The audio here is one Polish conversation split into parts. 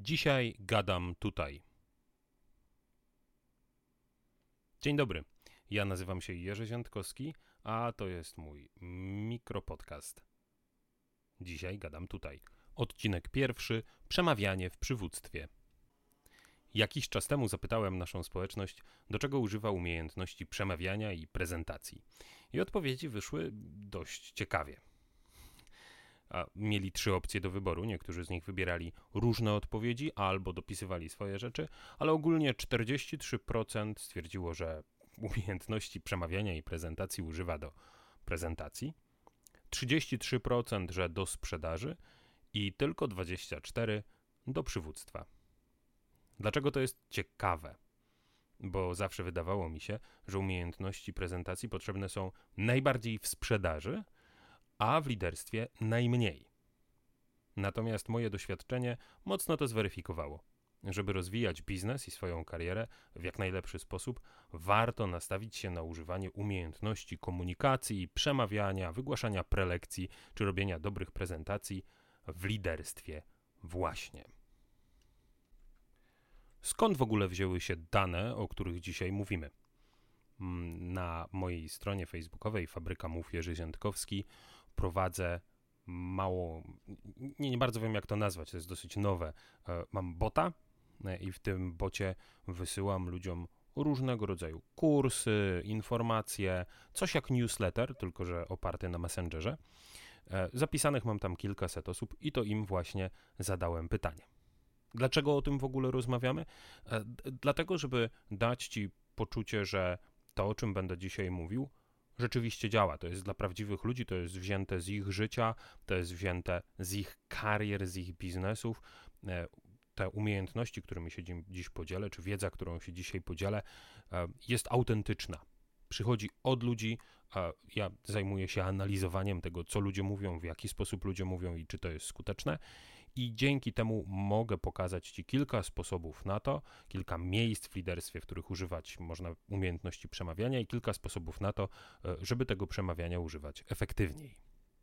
Dzisiaj gadam tutaj. Dzień dobry, ja nazywam się Jerzy Ziętkowski, a to jest mój mikropodcast. Dzisiaj gadam tutaj. Odcinek pierwszy. Przemawianie w przywództwie. Jakiś czas temu zapytałem naszą społeczność, do czego używa umiejętności przemawiania i prezentacji. I odpowiedzi wyszły dość ciekawie. Mieli 3 opcje do wyboru, niektórzy z nich wybierali różne odpowiedzi albo dopisywali swoje rzeczy, ale ogólnie 43% stwierdziło, że umiejętności przemawiania i prezentacji używa do prezentacji, 33% że do sprzedaży i tylko 24% do przywództwa. Dlaczego to jest ciekawe? Bo zawsze wydawało mi się, że umiejętności prezentacji potrzebne są najbardziej w sprzedaży, a w liderstwie najmniej. Natomiast moje doświadczenie mocno to zweryfikowało. Żeby rozwijać biznes i swoją karierę w jak najlepszy sposób, warto nastawić się na używanie umiejętności komunikacji, przemawiania, wygłaszania prelekcji czy robienia dobrych prezentacji w liderstwie właśnie. Skąd w ogóle wzięły się dane, o których dzisiaj mówimy? Na mojej stronie facebookowej Fabryka Mów Jerzy Ziętkowski prowadzę nie bardzo wiem jak to nazwać, to jest dosyć nowe. Mam bota i w tym bocie wysyłam ludziom różnego rodzaju kursy, informacje, coś jak newsletter, tylko że oparty na Messengerze. Zapisanych mam tam kilkaset osób i to im właśnie zadałem pytanie. Dlaczego o tym w ogóle rozmawiamy? Dlatego, żeby dać Ci poczucie, że to, o czym będę dzisiaj mówił, rzeczywiście działa. To jest dla prawdziwych ludzi, to jest wzięte z ich życia, to jest wzięte z ich karier, z ich biznesów. Te umiejętności, którymi się dziś podzielę, czy wiedza, którą się dzisiaj podzielę, jest autentyczna. Przychodzi od ludzi, ja zajmuję się analizowaniem tego, co ludzie mówią, w jaki sposób ludzie mówią i czy to jest skuteczne. I dzięki temu mogę pokazać Ci kilka sposobów na to, kilka miejsc w liderstwie, w których używać można umiejętności przemawiania i kilka sposobów na to, żeby tego przemawiania używać efektywniej.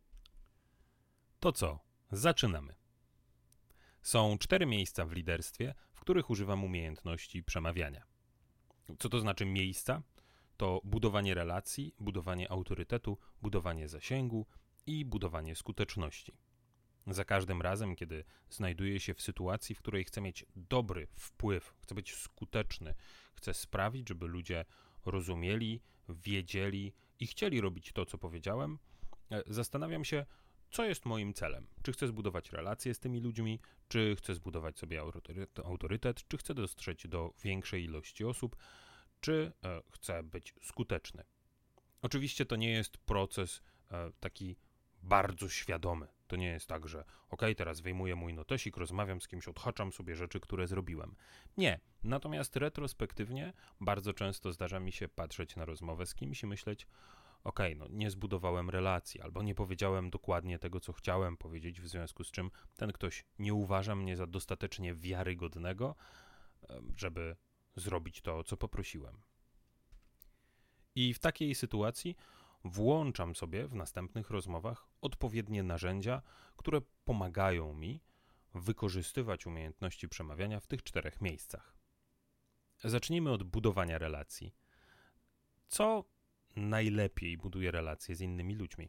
To co? Zaczynamy. Są 4 miejsca w liderstwie, w których używam umiejętności przemawiania. Co to znaczy miejsca? To budowanie relacji, budowanie autorytetu, budowanie zasięgu i budowanie skuteczności. Za każdym razem, kiedy znajduję się w sytuacji, w której chcę mieć dobry wpływ, chcę być skuteczny, chcę sprawić, żeby ludzie rozumieli, wiedzieli i chcieli robić to, co powiedziałem, zastanawiam się, co jest moim celem. Czy chcę zbudować relacje z tymi ludźmi, czy chcę zbudować sobie autorytet, czy chcę dotrzeć do większej ilości osób, czy chcę być skuteczny. Oczywiście to nie jest proces taki bardzo świadomy. To nie jest tak, że teraz wyjmuję mój notesik, rozmawiam z kimś, odhaczam sobie rzeczy, które zrobiłem. Nie. Natomiast retrospektywnie bardzo często zdarza mi się patrzeć na rozmowę z kimś i myśleć, nie zbudowałem relacji, albo nie powiedziałem dokładnie tego, co chciałem powiedzieć, w związku z czym ten ktoś nie uważa mnie za dostatecznie wiarygodnego, żeby zrobić to, co poprosiłem. I w takiej sytuacji włączam sobie w następnych rozmowach odpowiednie narzędzia, które pomagają mi wykorzystywać umiejętności przemawiania w tych 4 miejscach. Zacznijmy od budowania relacji. Co najlepiej buduje relacje z innymi ludźmi?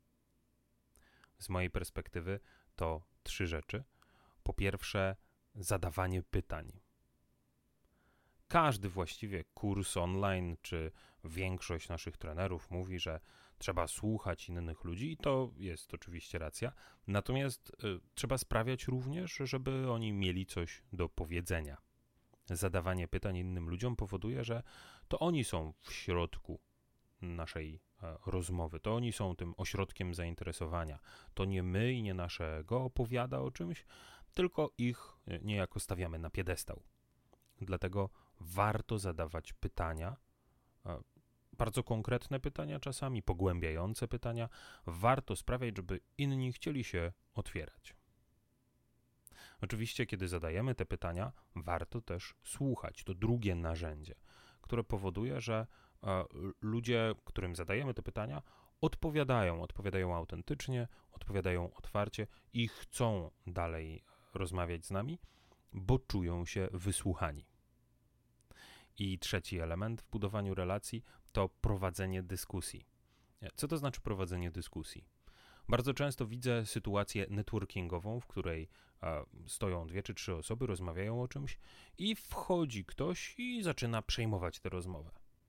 Z mojej perspektywy to 3 rzeczy. Po pierwsze, zadawanie pytań. Każdy właściwie kurs online, czy większość naszych trenerów mówi, że trzeba słuchać innych ludzi i to jest oczywiście racja. Natomiast trzeba sprawiać również, żeby oni mieli coś do powiedzenia. Zadawanie pytań innym ludziom powoduje, że to oni są w środku naszej rozmowy, to oni są tym ośrodkiem zainteresowania. To nie my i nie naszego opowiada o czymś, tylko ich niejako stawiamy na piedestał. Dlatego warto zadawać pytania, bardzo konkretne pytania czasami, pogłębiające pytania. Warto sprawiać, żeby inni chcieli się otwierać. Oczywiście, kiedy zadajemy te pytania, warto też słuchać. To drugie narzędzie, które powoduje, że ludzie, którym zadajemy te pytania, odpowiadają autentycznie, odpowiadają otwarcie i chcą dalej rozmawiać z nami. bo czują się wysłuchani. I trzeci element w budowaniu relacji to prowadzenie dyskusji. Co to znaczy prowadzenie dyskusji? Bardzo często widzę sytuację networkingową, w której stoją 2 czy 3 osoby, rozmawiają o czymś i wchodzi ktoś i zaczyna przejmować tę rozmowę.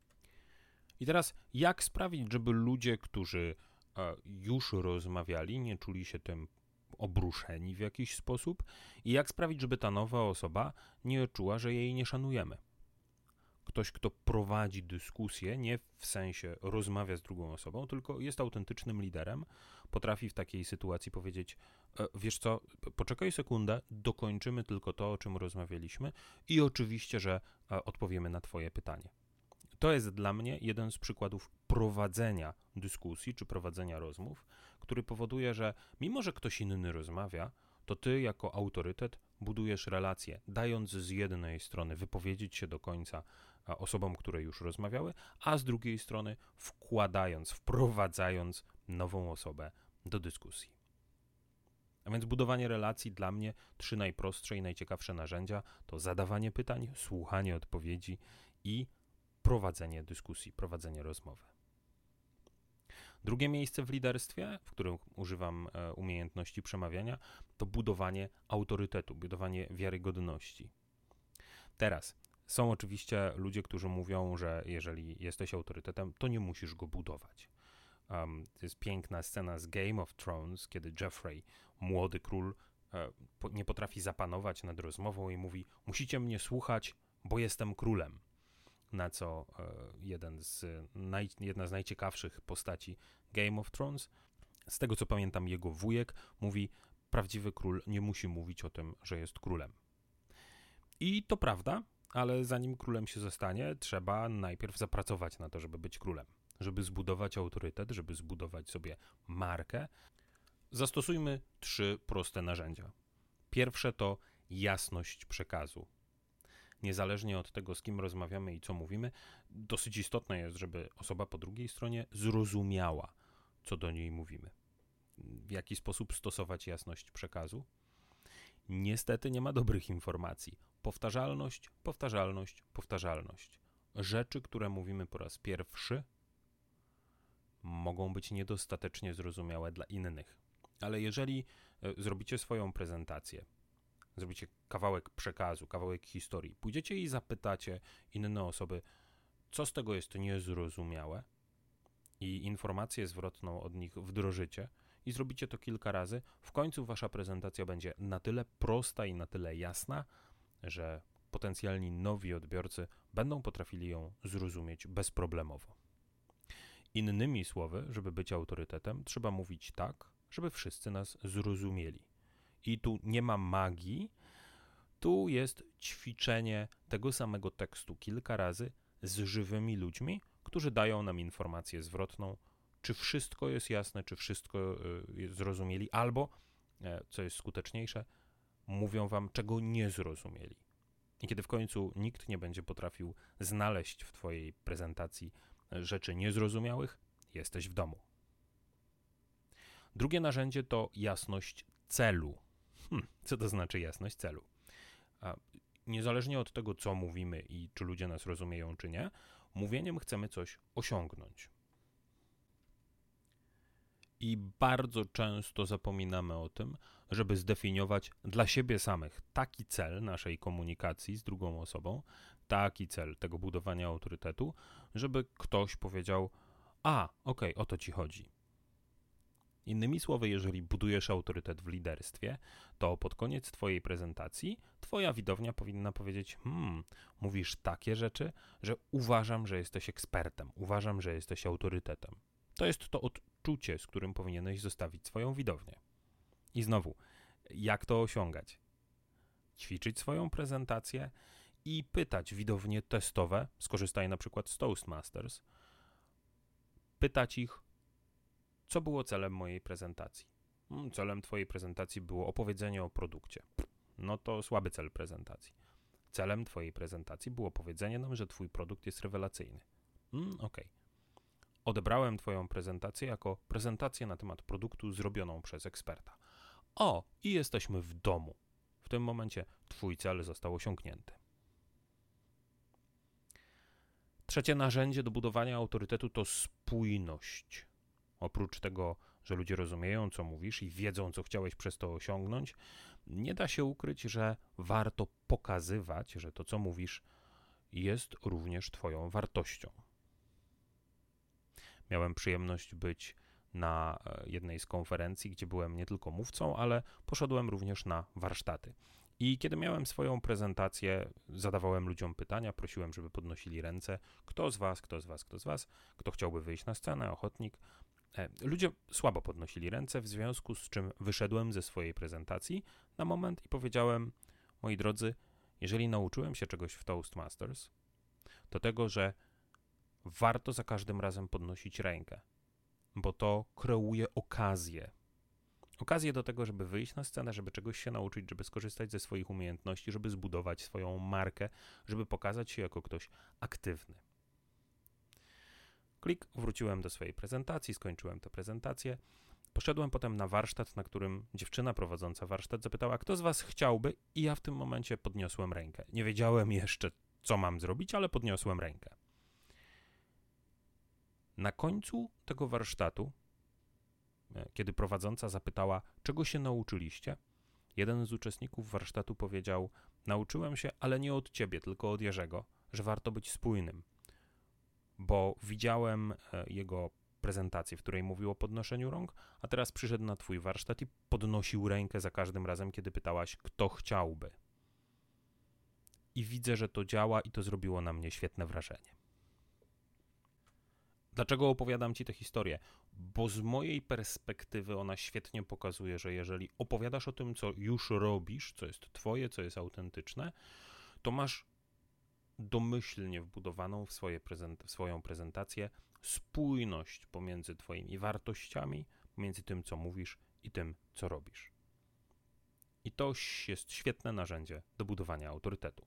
I teraz jak sprawić, żeby ludzie, którzy już rozmawiali, nie czuli się tym obruszeni w jakiś sposób i jak sprawić, żeby ta nowa osoba nie czuła, że jej nie szanujemy? Ktoś, kto prowadzi dyskusję, nie w sensie rozmawia z drugą osobą, tylko jest autentycznym liderem, potrafi w takiej sytuacji powiedzieć, wiesz co, poczekaj sekundę, dokończymy tylko to, o czym rozmawialiśmy i oczywiście, że odpowiemy na twoje pytanie. To jest dla mnie jeden z przykładów prowadzenia dyskusji czy prowadzenia rozmów, który powoduje, że mimo, że ktoś inny rozmawia, to ty jako autorytet budujesz relacje, dając z jednej strony wypowiedzieć się do końca osobom, które już rozmawiały, a z drugiej strony wprowadzając nową osobę do dyskusji. A więc budowanie relacji dla mnie 3 najprostsze i najciekawsze narzędzia to zadawanie pytań, słuchanie odpowiedzi i prowadzenie dyskusji, prowadzenie rozmowy. Drugie miejsce w liderstwie, w którym używam umiejętności przemawiania, to budowanie autorytetu, budowanie wiarygodności. Teraz są oczywiście ludzie, którzy mówią, że jeżeli jesteś autorytetem, to nie musisz go budować. To jest piękna scena z Game of Thrones, kiedy Joffrey, młody król, nie potrafi zapanować nad rozmową i mówi: musicie mnie słuchać, bo jestem królem. Na co jedna z najciekawszych postaci Game of Thrones, z tego co pamiętam jego wujek, mówi: prawdziwy król nie musi mówić o tym, że jest królem. I to prawda, ale zanim królem się zostanie, trzeba najpierw zapracować na to, żeby być królem. Żeby zbudować autorytet, żeby zbudować sobie markę, zastosujmy 3 proste narzędzia. Pierwsze to jasność przekazu. Niezależnie od tego, z kim rozmawiamy i co mówimy, dosyć istotne jest, żeby osoba po drugiej stronie zrozumiała, co do niej mówimy. W jaki sposób stosować jasność przekazu? Niestety nie ma dobrych informacji. Powtarzalność, powtarzalność, powtarzalność. Rzeczy, które mówimy po raz pierwszy, mogą być niedostatecznie zrozumiałe dla innych. Ale jeżeli zrobicie swoją prezentację, zrobicie kawałek przekazu, kawałek historii, pójdziecie i zapytacie inne osoby, co z tego jest niezrozumiałe i informację zwrotną od nich wdrożycie i zrobicie to kilka razy, w końcu wasza prezentacja będzie na tyle prosta i na tyle jasna, że potencjalni nowi odbiorcy będą potrafili ją zrozumieć bezproblemowo. Innymi słowy, żeby być autorytetem, trzeba mówić tak, żeby wszyscy nas zrozumieli. I tu nie ma magii, tu jest ćwiczenie tego samego tekstu kilka razy z żywymi ludźmi, którzy dają nam informację zwrotną, czy wszystko jest jasne, czy wszystko zrozumieli, albo, co jest skuteczniejsze, mówią wam, czego nie zrozumieli. I kiedy w końcu nikt nie będzie potrafił znaleźć w twojej prezentacji rzeczy niezrozumiałych, jesteś w domu. Drugie narzędzie to jasność celu. Co to znaczy jasność celu? Niezależnie od tego, co mówimy i czy ludzie nas rozumieją, czy nie, mówieniem chcemy coś osiągnąć. I bardzo często zapominamy o tym, żeby zdefiniować dla siebie samych taki cel naszej komunikacji z drugą osobą, taki cel tego budowania autorytetu, żeby ktoś powiedział: okej, o to ci chodzi. Innymi słowy, jeżeli budujesz autorytet w liderstwie, to pod koniec twojej prezentacji twoja widownia powinna powiedzieć: mówisz takie rzeczy, że uważam, że jesteś ekspertem, uważam, że jesteś autorytetem. To jest to odczucie, z którym powinieneś zostawić swoją widownię. I znowu, jak to osiągać? Ćwiczyć swoją prezentację i pytać widownie testowe, skorzystaj na przykład z Toastmasters, pytać ich, co było celem mojej prezentacji. Celem twojej prezentacji było opowiedzenie o produkcie. No to słaby cel prezentacji. Celem twojej prezentacji było powiedzenie nam, że twój produkt jest rewelacyjny. Okej. Odebrałem twoją prezentację jako prezentację na temat produktu zrobioną przez eksperta. I jesteśmy w domu. W tym momencie twój cel został osiągnięty. Trzecie narzędzie do budowania autorytetu to spójność. Oprócz tego, że ludzie rozumieją, co mówisz i wiedzą, co chciałeś przez to osiągnąć, nie da się ukryć, że warto pokazywać, że to, co mówisz, jest również twoją wartością. Miałem przyjemność być na jednej z konferencji, gdzie byłem nie tylko mówcą, ale poszedłem również na warsztaty. I kiedy miałem swoją prezentację, zadawałem ludziom pytania, prosiłem, żeby podnosili ręce. Kto z was, kto chciałby wyjść na scenę, ochotnik. Ludzie słabo podnosili ręce, w związku z czym wyszedłem ze swojej prezentacji na moment i powiedziałem: moi drodzy, jeżeli nauczyłem się czegoś w Toastmasters, to tego, że warto za każdym razem podnosić rękę, bo to kreuje okazję. Okazję do tego, żeby wyjść na scenę, żeby czegoś się nauczyć, żeby skorzystać ze swoich umiejętności, żeby zbudować swoją markę, żeby pokazać się jako ktoś aktywny. Wróciłem do swojej prezentacji, skończyłem tę prezentację. Poszedłem potem na warsztat, na którym dziewczyna prowadząca warsztat zapytała, kto z was chciałby, i ja w tym momencie podniosłem rękę. Nie wiedziałem jeszcze, co mam zrobić, ale podniosłem rękę. Na końcu tego warsztatu, kiedy prowadząca zapytała, czego się nauczyliście, jeden z uczestników warsztatu powiedział: nauczyłem się, ale nie od ciebie, tylko od Jerzego, że warto być spójnym, bo widziałem jego prezentację, w której mówił o podnoszeniu rąk, a teraz przyszedł na twój warsztat i podnosił rękę za każdym razem, kiedy pytałaś, kto chciałby. I widzę, że to działa i to zrobiło na mnie świetne wrażenie. Dlaczego opowiadam ci tę historię? Bo z mojej perspektywy ona świetnie pokazuje, że jeżeli opowiadasz o tym, co już robisz, co jest twoje, co jest autentyczne, to masz domyślnie wbudowaną w swoją prezentację spójność pomiędzy twoimi wartościami, pomiędzy tym, co mówisz i tym, co robisz. I to jest świetne narzędzie do budowania autorytetu.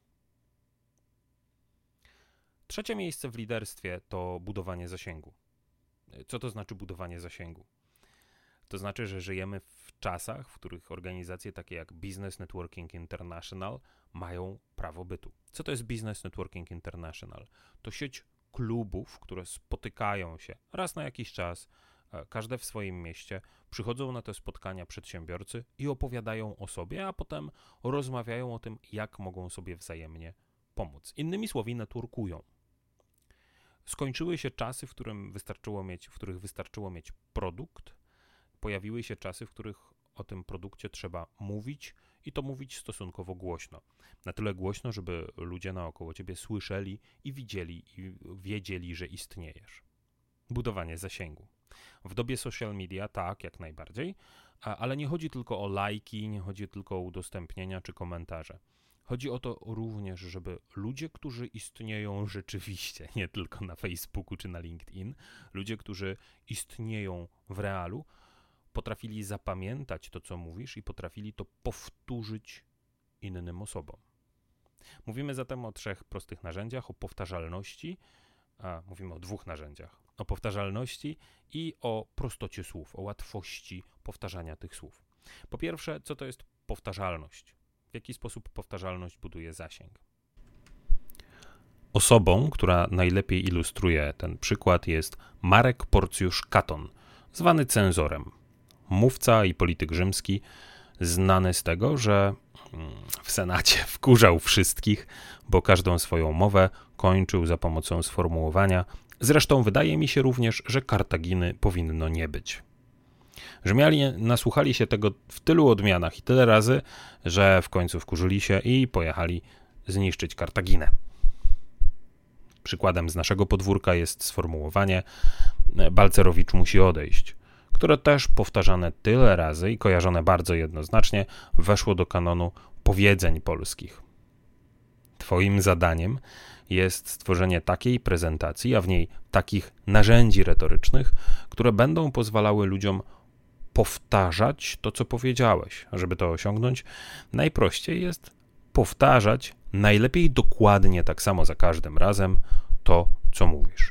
Trzecie miejsce w liderstwie to budowanie zasięgu. Co to znaczy budowanie zasięgu? To znaczy, że żyjemy w czasach, w których organizacje takie jak Business Networking International mają prawo bytu. Co to jest Business Networking International? To sieć klubów, które spotykają się raz na jakiś czas, każde w swoim mieście, przychodzą na te spotkania przedsiębiorcy i opowiadają o sobie, a potem rozmawiają o tym, jak mogą sobie wzajemnie pomóc. Innymi słowy, networkują. Skończyły się czasy, w których wystarczyło mieć produkt. Pojawiły się czasy, w których o tym produkcie trzeba mówić i to mówić stosunkowo głośno. Na tyle głośno, żeby ludzie naokoło ciebie słyszeli i widzieli i wiedzieli, że istniejesz. Budowanie zasięgu. W dobie social media tak, jak najbardziej, ale nie chodzi tylko o lajki, nie chodzi tylko o udostępnienia czy komentarze. Chodzi o to również, żeby ludzie, którzy istnieją rzeczywiście, nie tylko na Facebooku czy na LinkedIn, ludzie, którzy istnieją w realu, potrafili zapamiętać to, co mówisz i potrafili to powtórzyć innym osobom. Mówimy zatem o 3 prostych narzędziach, o powtarzalności, mówimy o 2 narzędziach, o powtarzalności i o prostocie słów, o łatwości powtarzania tych słów. Po pierwsze, co to jest powtarzalność? W jaki sposób powtarzalność buduje zasięg? Osobą, która najlepiej ilustruje ten przykład, jest Marek Porcjusz-Katon, zwany cenzorem. Mówca i polityk rzymski, znany z tego, że w Senacie wkurzał wszystkich, bo każdą swoją mowę kończył za pomocą sformułowania: zresztą wydaje mi się również, że Kartaginy powinno nie być. Rzymianie nasłuchali się tego w tylu odmianach i tyle razy, że w końcu wkurzyli się i pojechali zniszczyć Kartaginę. Przykładem z naszego podwórka jest sformułowanie: Balcerowicz musi odejść, które też powtarzane tyle razy i kojarzone bardzo jednoznacznie weszło do kanonu powiedzeń polskich. Twoim zadaniem jest stworzenie takiej prezentacji, a w niej takich narzędzi retorycznych, które będą pozwalały ludziom powtarzać to, co powiedziałeś. A żeby to osiągnąć, najprościej jest powtarzać najlepiej dokładnie tak samo za każdym razem to, co mówisz.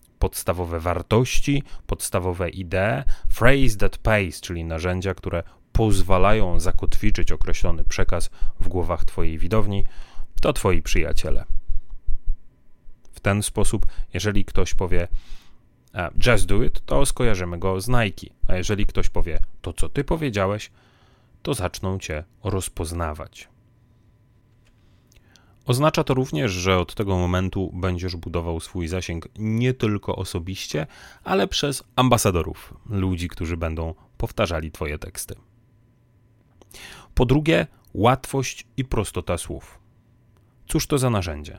Podstawowe wartości, podstawowe idee, phrase that pays, czyli narzędzia, które pozwalają zakotwiczyć określony przekaz w głowach twojej widowni, to twoi przyjaciele. W ten sposób, jeżeli ktoś powie just do it, to skojarzymy go z Nike, a jeżeli ktoś powie to, co ty powiedziałeś, to zaczną cię rozpoznawać. Oznacza to również, że od tego momentu będziesz budował swój zasięg nie tylko osobiście, ale przez ambasadorów, ludzi, którzy będą powtarzali twoje teksty. Po drugie, łatwość i prostota słów. Cóż to za narzędzie?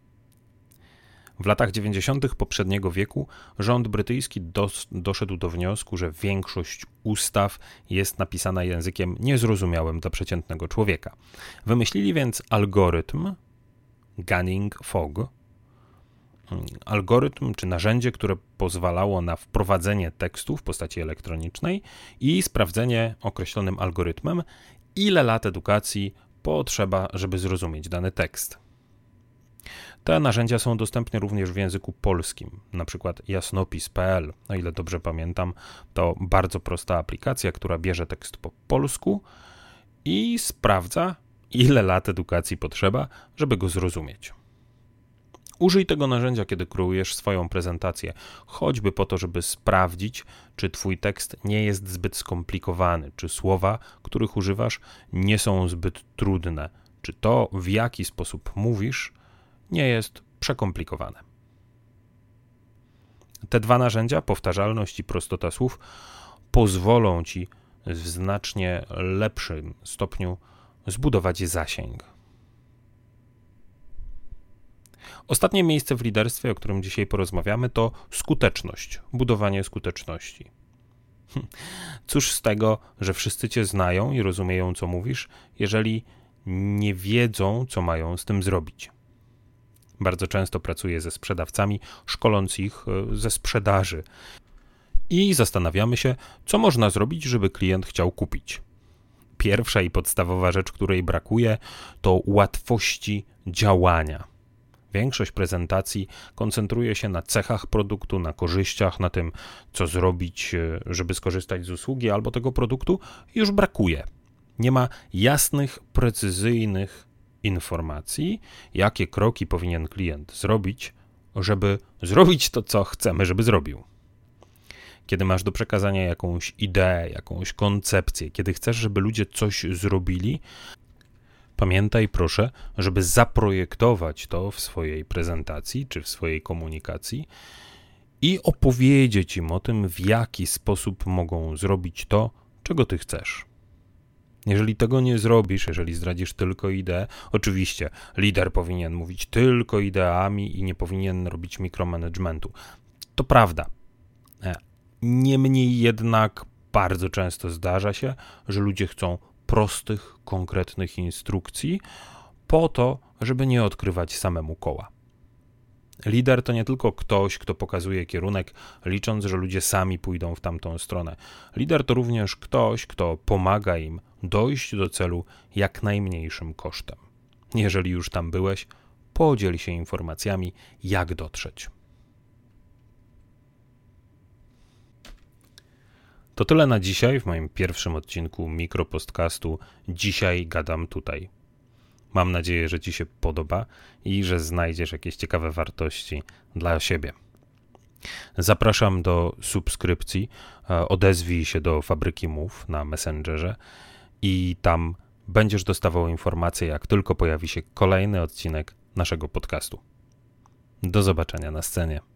W latach 90. poprzedniego wieku rząd brytyjski doszedł do wniosku, że większość ustaw jest napisana językiem niezrozumiałym dla przeciętnego człowieka. Wymyślili więc algorytm Gunning-Fogg. Algorytm czy narzędzie, które pozwalało na wprowadzenie tekstu w postaci elektronicznej i sprawdzenie określonym algorytmem, ile lat edukacji potrzeba, żeby zrozumieć dany tekst. Te narzędzia są dostępne również w języku polskim, na przykład jasnopis.pl. O ile dobrze pamiętam, to bardzo prosta aplikacja, która bierze tekst po polsku i sprawdza, ile lat edukacji potrzeba, żeby go zrozumieć. Użyj tego narzędzia, kiedy kreujesz swoją prezentację, choćby po to, żeby sprawdzić, czy twój tekst nie jest zbyt skomplikowany, czy słowa, których używasz, nie są zbyt trudne, czy to, w jaki sposób mówisz, nie jest przekomplikowane. Te dwa narzędzia, powtarzalność i prostota słów, pozwolą ci w znacznie lepszym stopniu zbudować zasięg. Ostatnie miejsce w liderstwie, o którym dzisiaj porozmawiamy, to skuteczność, budowanie skuteczności. Cóż z tego, że wszyscy cię znają i rozumieją, co mówisz, jeżeli nie wiedzą, co mają z tym zrobić. Bardzo często pracuję ze sprzedawcami, szkoląc ich ze sprzedaży i zastanawiamy się, co można zrobić, żeby klient chciał kupić. Pierwsza i podstawowa rzecz, której brakuje, to łatwości działania. Większość prezentacji koncentruje się na cechach produktu, na korzyściach, na tym, co zrobić, żeby skorzystać z usługi albo tego produktu. Już brakuje. Nie ma jasnych, precyzyjnych informacji, jakie kroki powinien klient zrobić, żeby zrobić to, co chcemy, żeby zrobił. Kiedy masz do przekazania jakąś ideę, jakąś koncepcję, kiedy chcesz, żeby ludzie coś zrobili, pamiętaj proszę, żeby zaprojektować to w swojej prezentacji czy w swojej komunikacji i opowiedzieć im o tym, w jaki sposób mogą zrobić to, czego ty chcesz. Jeżeli tego nie zrobisz, jeżeli zdradzisz tylko ideę, oczywiście lider powinien mówić tylko ideami i nie powinien robić mikromanagementu. To prawda. Niemniej jednak bardzo często zdarza się, że ludzie chcą prostych, konkretnych instrukcji po to, żeby nie odkrywać samemu koła. Lider to nie tylko ktoś, kto pokazuje kierunek, licząc, że ludzie sami pójdą w tamtą stronę. Lider to również ktoś, kto pomaga im dojść do celu jak najmniejszym kosztem. Jeżeli już tam byłeś, podziel się informacjami, jak dotrzeć. To tyle na dzisiaj w moim pierwszym odcinku mikropodcastu Dzisiaj gadam tutaj. Mam nadzieję, że ci się podoba i że znajdziesz jakieś ciekawe wartości dla siebie. Zapraszam do subskrypcji, odezwij się do Fabryki Mów na Messengerze i tam będziesz dostawał informacje, jak tylko pojawi się kolejny odcinek naszego podcastu. Do zobaczenia na scenie.